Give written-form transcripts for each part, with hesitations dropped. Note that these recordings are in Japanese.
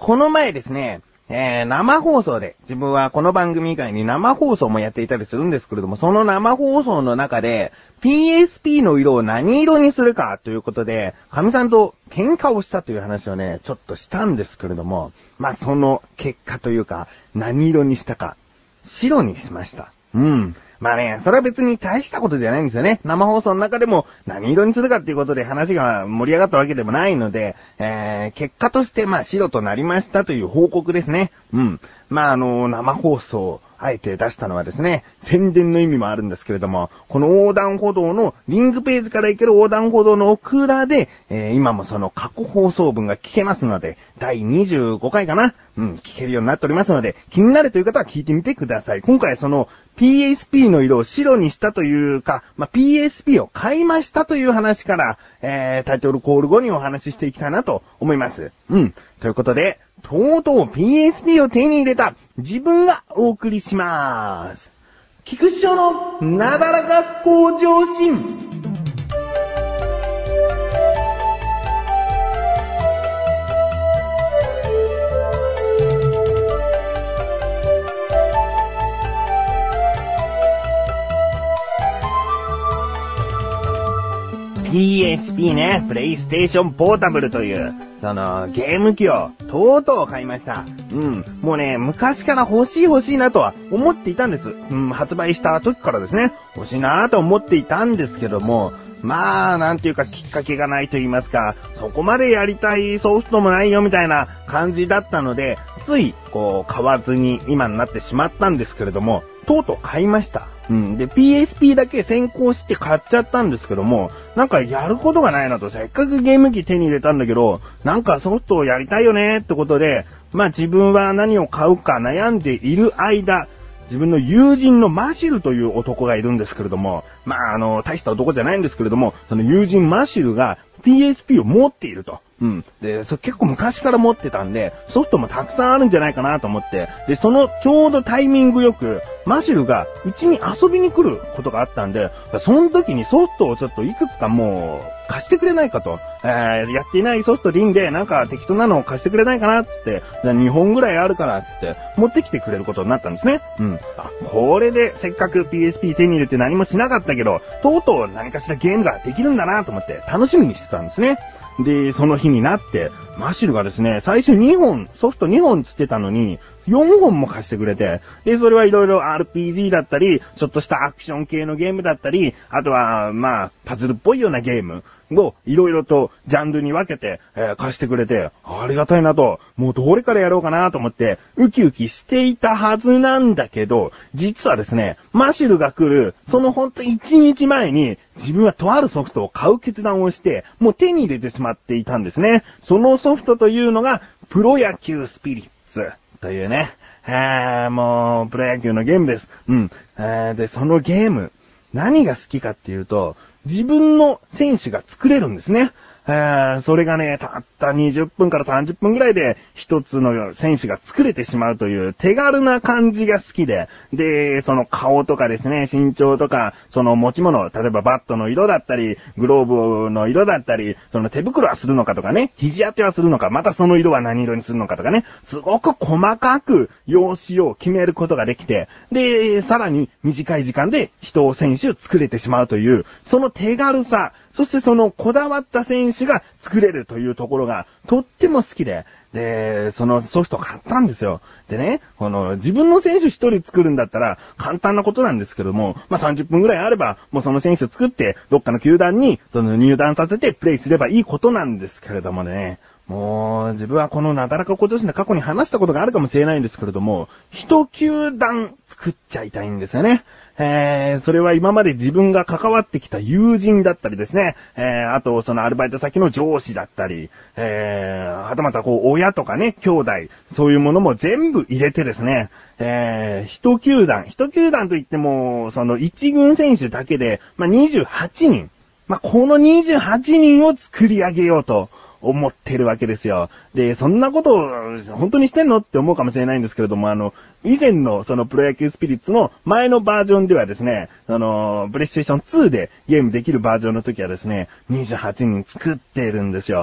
この前ですね、生放送で、自分はこの番組以外に生放送もやっていたりするんですけれども、その生放送の中で、PSP の色を何色にするかということで、神さんと喧嘩をしたという話をね、ちょっとしたんですけれども、まあその結果というか、何色にしたか、白にしました。まあね、それは別に大したことじゃないんですよね。生放送の中でも何色にするかっていうことで話が盛り上がったわけでもないので、結果としてまあ白となりましたという報告ですね。まあ生放送、あえて出したのはですね、宣伝の意味もあるんですけれども、この横断歩道のリンクページから行ける横断歩道の奥裏で、今もその過去放送分が聞けますので、第25回かな聞けるようになっておりますので、気になるという方は聞いてみてください。今回その PSP の色を白にしたというか、PSP を買いましたという話から、タイトルコール後にお話ししていきたいなと思います。ということで、とうとう PSP を手に入れた自分がお送りします。菊師匠のなだらか向上心。PSP ね、プレイステーションポータブルという、そのゲーム機をとうとう買いました。もうね、昔から欲しいなとは思っていたんです。発売した時からですね、欲しいなと思っていたんですけども、まあ、なんていうかきっかけがないと言いますか、そこまでやりたいソフトもないよみたいな感じだったので、つい、買わずに今になってしまったんですけれども、とうとう買いました。で、PSP だけ先行して買っちゃったんですけども、なんかやることがないなと、せっかくゲーム機手に入れたんだけど、なんかソフトをやりたいよねってことで、まあ自分は何を買うか悩んでいる間、自分の友人のマシルという男がいるんですけれども、まあ大した男じゃないんですけれども、その友人マシルが PSP を持っていると。で、結構昔から持ってたんで、ソフトもたくさんあるんじゃないかなと思って、で、そのちょうどタイミングよく、マシルがうちに遊びに来ることがあったんで、その時にソフトをちょっといくつかもう貸してくれないかと、やっていないソフトリンでなんか適当なのを貸してくれないかなっつって、2本ぐらいあるからっつって持ってきてくれることになったんですね。これでせっかく PSP 手に入れて何もしなかったけど、とうとう何かしらゲームができるんだなと思って楽しみにしてたんですね。で、その日になって、マシルがですね、最初ソフト2本つってたのに、4本も貸してくれて、で、それはいろいろ RPG だったり、ちょっとしたアクション系のゲームだったり、あとは、パズルっぽいようなゲームをいろいろとジャンルに分けて、貸してくれて、ありがたいなと、もうどれからやろうかなと思って、ウキウキしていたはずなんだけど、実はですね、マシルが来る、そのほんと1日前に、自分はとあるソフトを買う決断をして、もう手に入れてしまっていたんですね。そのソフトというのが、プロ野球スピリッツというね、もう、プロ野球のゲームです。で、そのゲーム、何が好きかっていうと、自分の選手が作れるんですね。それがね、たった20分から30分ぐらいで一つの選手が作れてしまうという手軽な感じが好きで、で、その顔とかですね、身長とか、その持ち物、例えばバットの色だったり、グローブの色だったり、その手袋はするのかとかね、肘当てはするのか、またその色は何色にするのかとかね、すごく細かく用紙を決めることができて、で、さらに短い時間で選手を作れてしまうという、その手軽さ、そしてそのこだわった選手が作れるというところがとっても好きで、で、そのソフト買ったんですよ。でね、自分の選手一人作るんだったら簡単なことなんですけども、30分ぐらいあればもうその選手作ってどっかの球団に入団させてプレイすればいいことなんですけれどもね、もう自分はこのなだらか向上心で過去に話したことがあるかもしれないんですけれども、一球団作っちゃいたいんですよね。それは今まで自分が関わってきた友人だったりですね、あとそのアルバイト先の上司だったり、はたまた親とかね、兄弟、そういうものも全部入れてですね、一球団といっても、その一軍選手だけで、28人、この28人を作り上げようと思ってるわけですよ。で、そんなことを本当にしてんのって思うかもしれないんですけれども、以前のそのプロ野球スピリッツの前のバージョンではですね、プレイステーション2でゲームできるバージョンの時はですね、28人作ってるんですよ。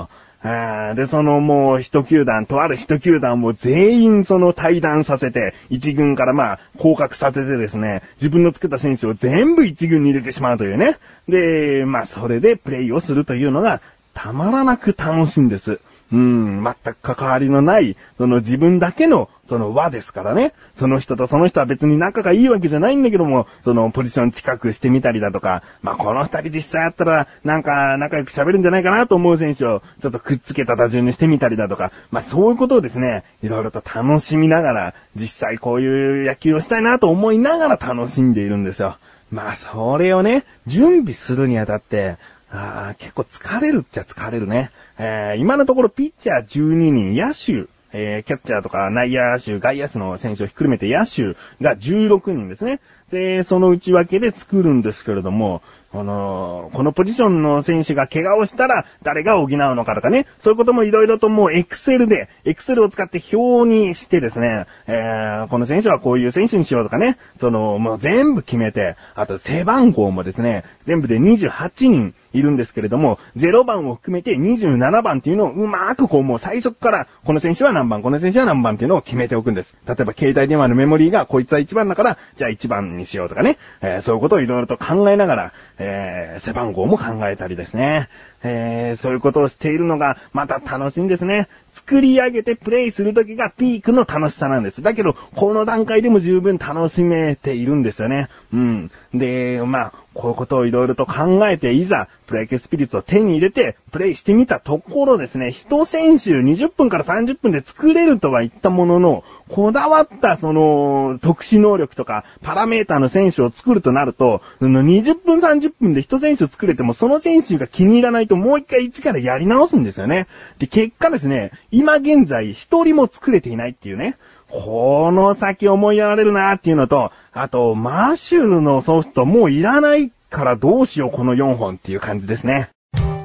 で、もうとある一球団を全員退団させて、一軍から降格させてですね、自分の作った選手を全部一軍に入れてしまうというね。で、それでプレイをするというのが、たまらなく楽しいんです。全く関わりのない、自分だけの、輪ですからね。その人とその人は別に仲がいいわけじゃないんだけども、ポジション近くしてみたりだとか、この二人実際あったら、仲良く喋るんじゃないかなと思う選手を、ちょっとくっつけた打順にしてみたりだとか、そういうことをですね、いろいろと楽しみながら、実際こういう野球をしたいなと思いながら楽しんでいるんですよ。それをね、準備するにあたって、結構疲れるっちゃ疲れるね。今のところピッチャー12人、野手、キャッチャーとか内野手、外野手の選手をひっくるめて野手が16人ですね。で、その内訳で作るんですけれども、このポジションの選手が怪我をしたら誰が補うのかとかね、そういうこともいろいろともうエクセルを使って表にしてですね、この選手はこういう選手にしようとかね、もう全部決めて、あと背番号もですね、全部で28人いるんですけれども、0番を含めて27番っていうのをうまーくもう最初からこの選手は何番、この選手は何番っていうのを決めておくんです。例えば携帯電話のメモリーがこいつは1番だから、じゃあ1番にしようとかね、そういうことをいろいろと考えながら、背番号も考えたりですね。そういうことをしているのがまた楽しいんですね。作り上げてプレイするときがピークの楽しさなんです。だけど、この段階でも十分楽しめているんですよね。で、こういうことをいろいろと考えて、いざ、プロ野球スピリッツを手に入れて、プレイしてみたところですね、一選手20分から30分で作れるとは言ったものの、こだわった特殊能力とか、パラメーターの選手を作るとなると、20分30分で一選手作れても、その選手が気に入らないともう一回一からやり直すんですよね。で、結果ですね、今現在一人も作れていないっていうね。この先思いやられるなーっていうのと、あと、マッシュルのソフトもういらないからどうしようこの4本っていう感じですね。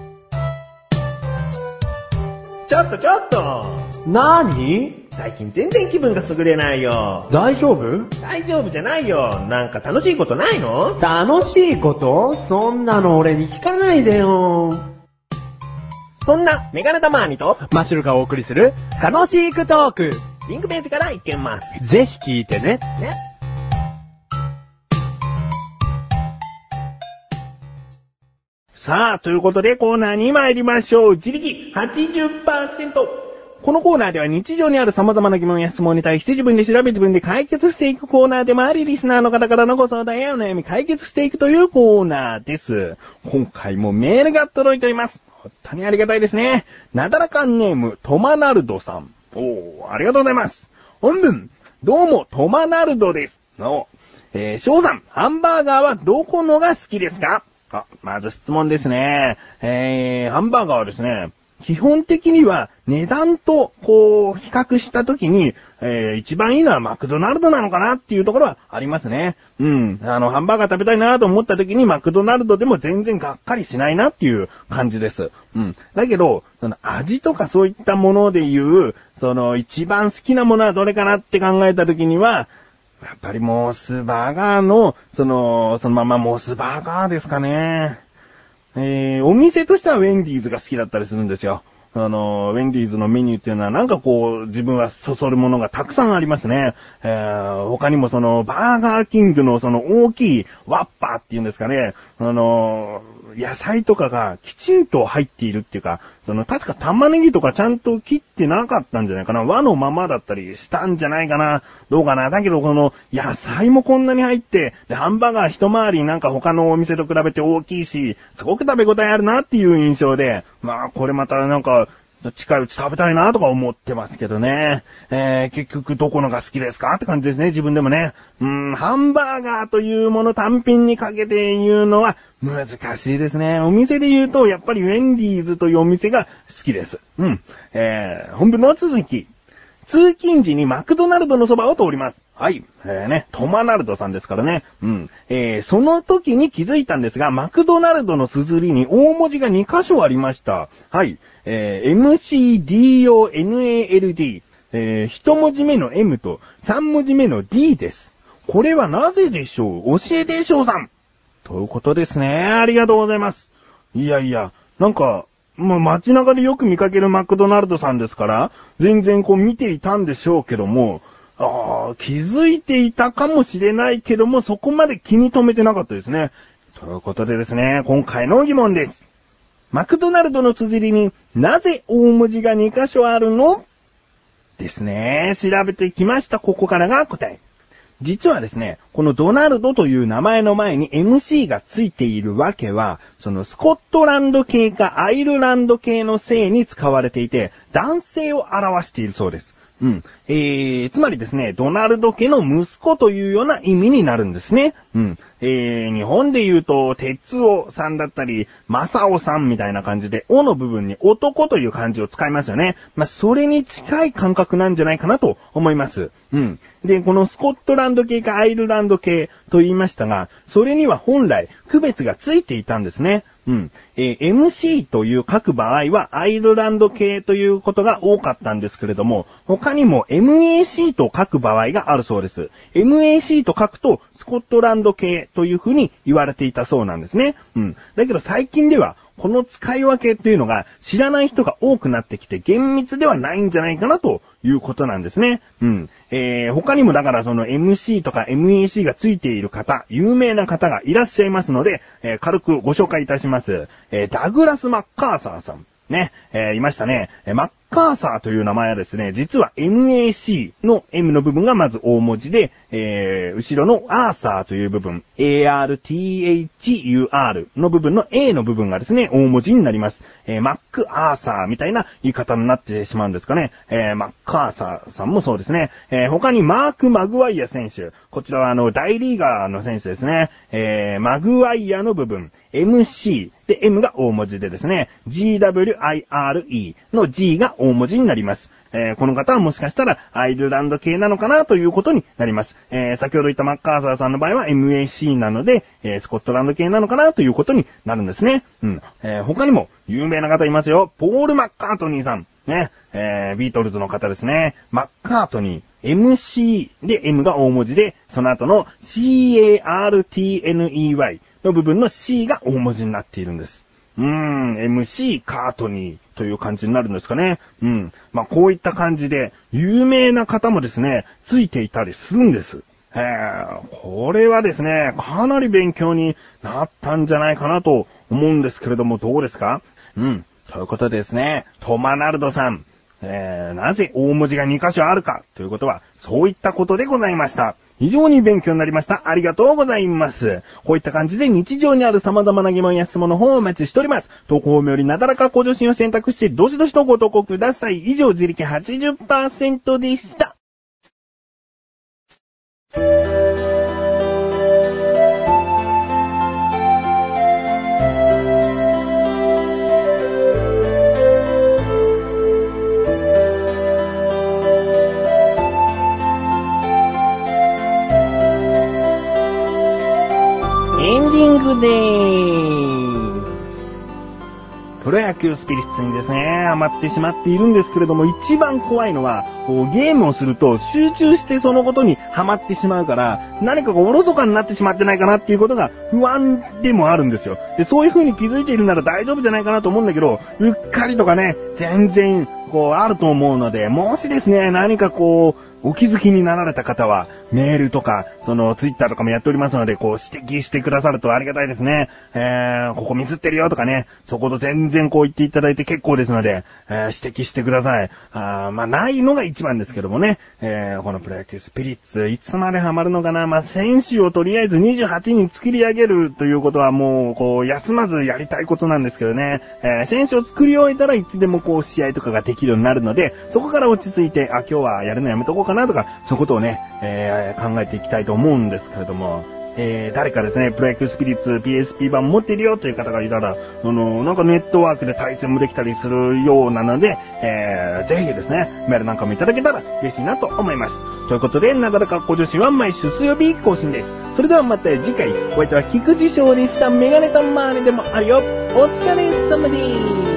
ちょっと何？ 最近全然気分が優れないよ。 大丈夫？ 大丈夫じゃないよ。なんか楽しいことないの？ 楽しいこと？そんなの俺に聞かないでよ。 そんなメガネタマーニとマッシュルがお送りする楽しくトーク。 リンクページからいけます。 ぜひ聞いてね。 さあ、ということでコーナーに参りましょう。自力 80%。このコーナーでは日常にある様々な疑問や質問に対して自分で調べ自分で解決していくコーナーでもあり、リスナーの方からのご相談やお悩み解決していくというコーナーです。今回もメールが届いております。本当にありがたいですね。なだらかんネーム、トマナルドさん。ありがとうございます。本文、どうもトマナルドです。翔さん、ハンバーガーはどこのが好きですか？まず質問ですね。ハンバーガーはですね、基本的には値段と比較したときに、一番いいのはマクドナルドなのかなっていうところはありますね。ハンバーガー食べたいなと思ったときにマクドナルドでも全然がっかりしないなっていう感じです。だけど、味とかそういったもので言う、一番好きなものはどれかなって考えたときには、やっぱりモスバーガーの、そのままモスバーガーですかね。お店としてはウェンディーズが好きだったりするんですよ。ウェンディーズのメニューっていうのはなんか自分はそそるものがたくさんありますね。他にもバーガーキングの大きいワッパーっていうんですかね。野菜とかがきちんと入っているっていうか、確か玉ねぎとかちゃんと切ってなかったんじゃないかな。和のままだったりしたんじゃないかな。どうかな。だけど野菜もこんなに入って、で、ハンバーガー一回りなんか他のお店と比べて大きいし、すごく食べ応えあるなっていう印象で、これまたなんか、近いうち食べたいなとか思ってますけどね。結局どこのが好きですかって感じですね、自分でもね。ハンバーガーというもの単品にかけて言うのは難しいですね。お店で言うと、やっぱりウェンディーズというお店が好きです。本文の続き。通勤時にマクドナルドのそばを通ります。はい。トマナルドさんですからね。その時に気づいたんですが、マクドナルドの綴りに大文字が2箇所ありました。はい。MCDONALD。一文字目の M と三文字目の D です。これはなぜでしょう？教えて翔さん。ということですね。ありがとうございます。いや、なんか、 街中でよく見かけるマクドナルドさんですから、全然見ていたんでしょうけども、気づいていたかもしれないけども、そこまで気に留めてなかったですね。ということでですね、今回の疑問です。マクドナルドの綴りになぜ大文字が2箇所あるの？ですね。調べてきました。ここからが答え。実はですね、このドナルドという名前の前に MC がついているわけは、そのスコットランド系かアイルランド系の姓に使われていて、男性を表しているそうです。つまりですね、ドナルド家の息子というような意味になるんですね。日本で言うと、哲夫さんだったり、正夫さんみたいな感じで、おの部分に男という漢字を使いますよね。それに近い感覚なんじゃないかなと思います。で、このスコットランド系かアイルランド系と言いましたが、それには本来区別がついていたんですね。MC という書く場合はアイルランド系ということが多かったんですけれども、他にも MAC と書く場合があるそうです。MAC と書くとスコットランド系というふうに言われていたそうなんですね。だけど最近ではこの使い分けっていうのが知らない人が多くなってきて厳密ではないんじゃないかなということなんですね。他にもだからその MC とか MAC がついている方、有名な方がいらっしゃいますので、軽くご紹介いたします。ダグラス・マッカーサーさん。ね、いましたね。マッカーサーという名前はですね、実は MAC の M の部分がまず大文字で、後ろのアーサーという部分、ARTHUR の部分の A の部分がですね、大文字になります。マックアーサーみたいな言い方になってしまうんですかね。マッカーサーさんもそうですね。他にマーク・マグワイア選手。こちらは大リーガーの選手ですね。マグワイアの部分、MC で M が大文字でですね、GWIRE の G が大文字になります。この方はもしかしたらアイルランド系なのかなということになります。先ほど言ったマッカーサーさんの場合は MAC なので、スコットランド系なのかなということになるんですね。他にも有名な方いますよ。ポール・マッカートニーさん。ね、ビートルズの方ですね。マッカートニー。MC で M が大文字で、その後の CARTNEY の部分の C が大文字になっているんです。MC カートニーという感じになるんですかね。こういった感じで、有名な方もですね、ついていたりするんです。これはですね、かなり勉強になったんじゃないかなと思うんですけれども、どうですか？ということでですね、トマナルドさん、なぜ大文字が2箇所あるかということは、そういったことでございました。非常に勉強になりました。ありがとうございます。こういった感じで日常にある様々な疑問や質問の方をお待ちしております。投稿フォームよりなだらか向上心を選択して、どしどしとご投稿ください。以上、自力 80% でした。エンディングでーす。プロ野球スピリッツにですね、ハマってしまっているんですけれども、一番怖いのは、ゲームをすると集中してそのことにハマってしまうから、何かがおろそかになってしまってないかなっていうことが不安でもあるんですよ。で、そういう風に気づいているなら大丈夫じゃないかなと思うんだけど、うっかりとかね、全然、あると思うので、もしですね、何かお気づきになられた方は、メールとか、ツイッターとかもやっておりますので、指摘してくださるとありがたいですね。ここミスってるよとかね、そこと全然言っていただいて結構ですので、指摘してください。ないのが一番ですけどもね、このプロ野球スピリッツ、いつまでハマるのかな。選手をとりあえず28人作り上げるということはもう、休まずやりたいことなんですけどね、選手を作り終えたらいつでも試合とかができるようになるので、そこから落ち着いて、今日はやるのやめとこうかなとか、そういうことをね、考えていきたいと思うんですけれども、誰かですね、プロ野球スピリッツ PSP 版持ってるよという方がいたら、なんかネットワークで対戦もできたりするようなので、ぜひですね、メールなんかもいただけたら嬉しいなと思います。ということで、なだらか向上心は毎週水曜日更新です。それではまた次回、お相手は菊池翔でした。メガネたまーにでもあるよ。お疲れ様です。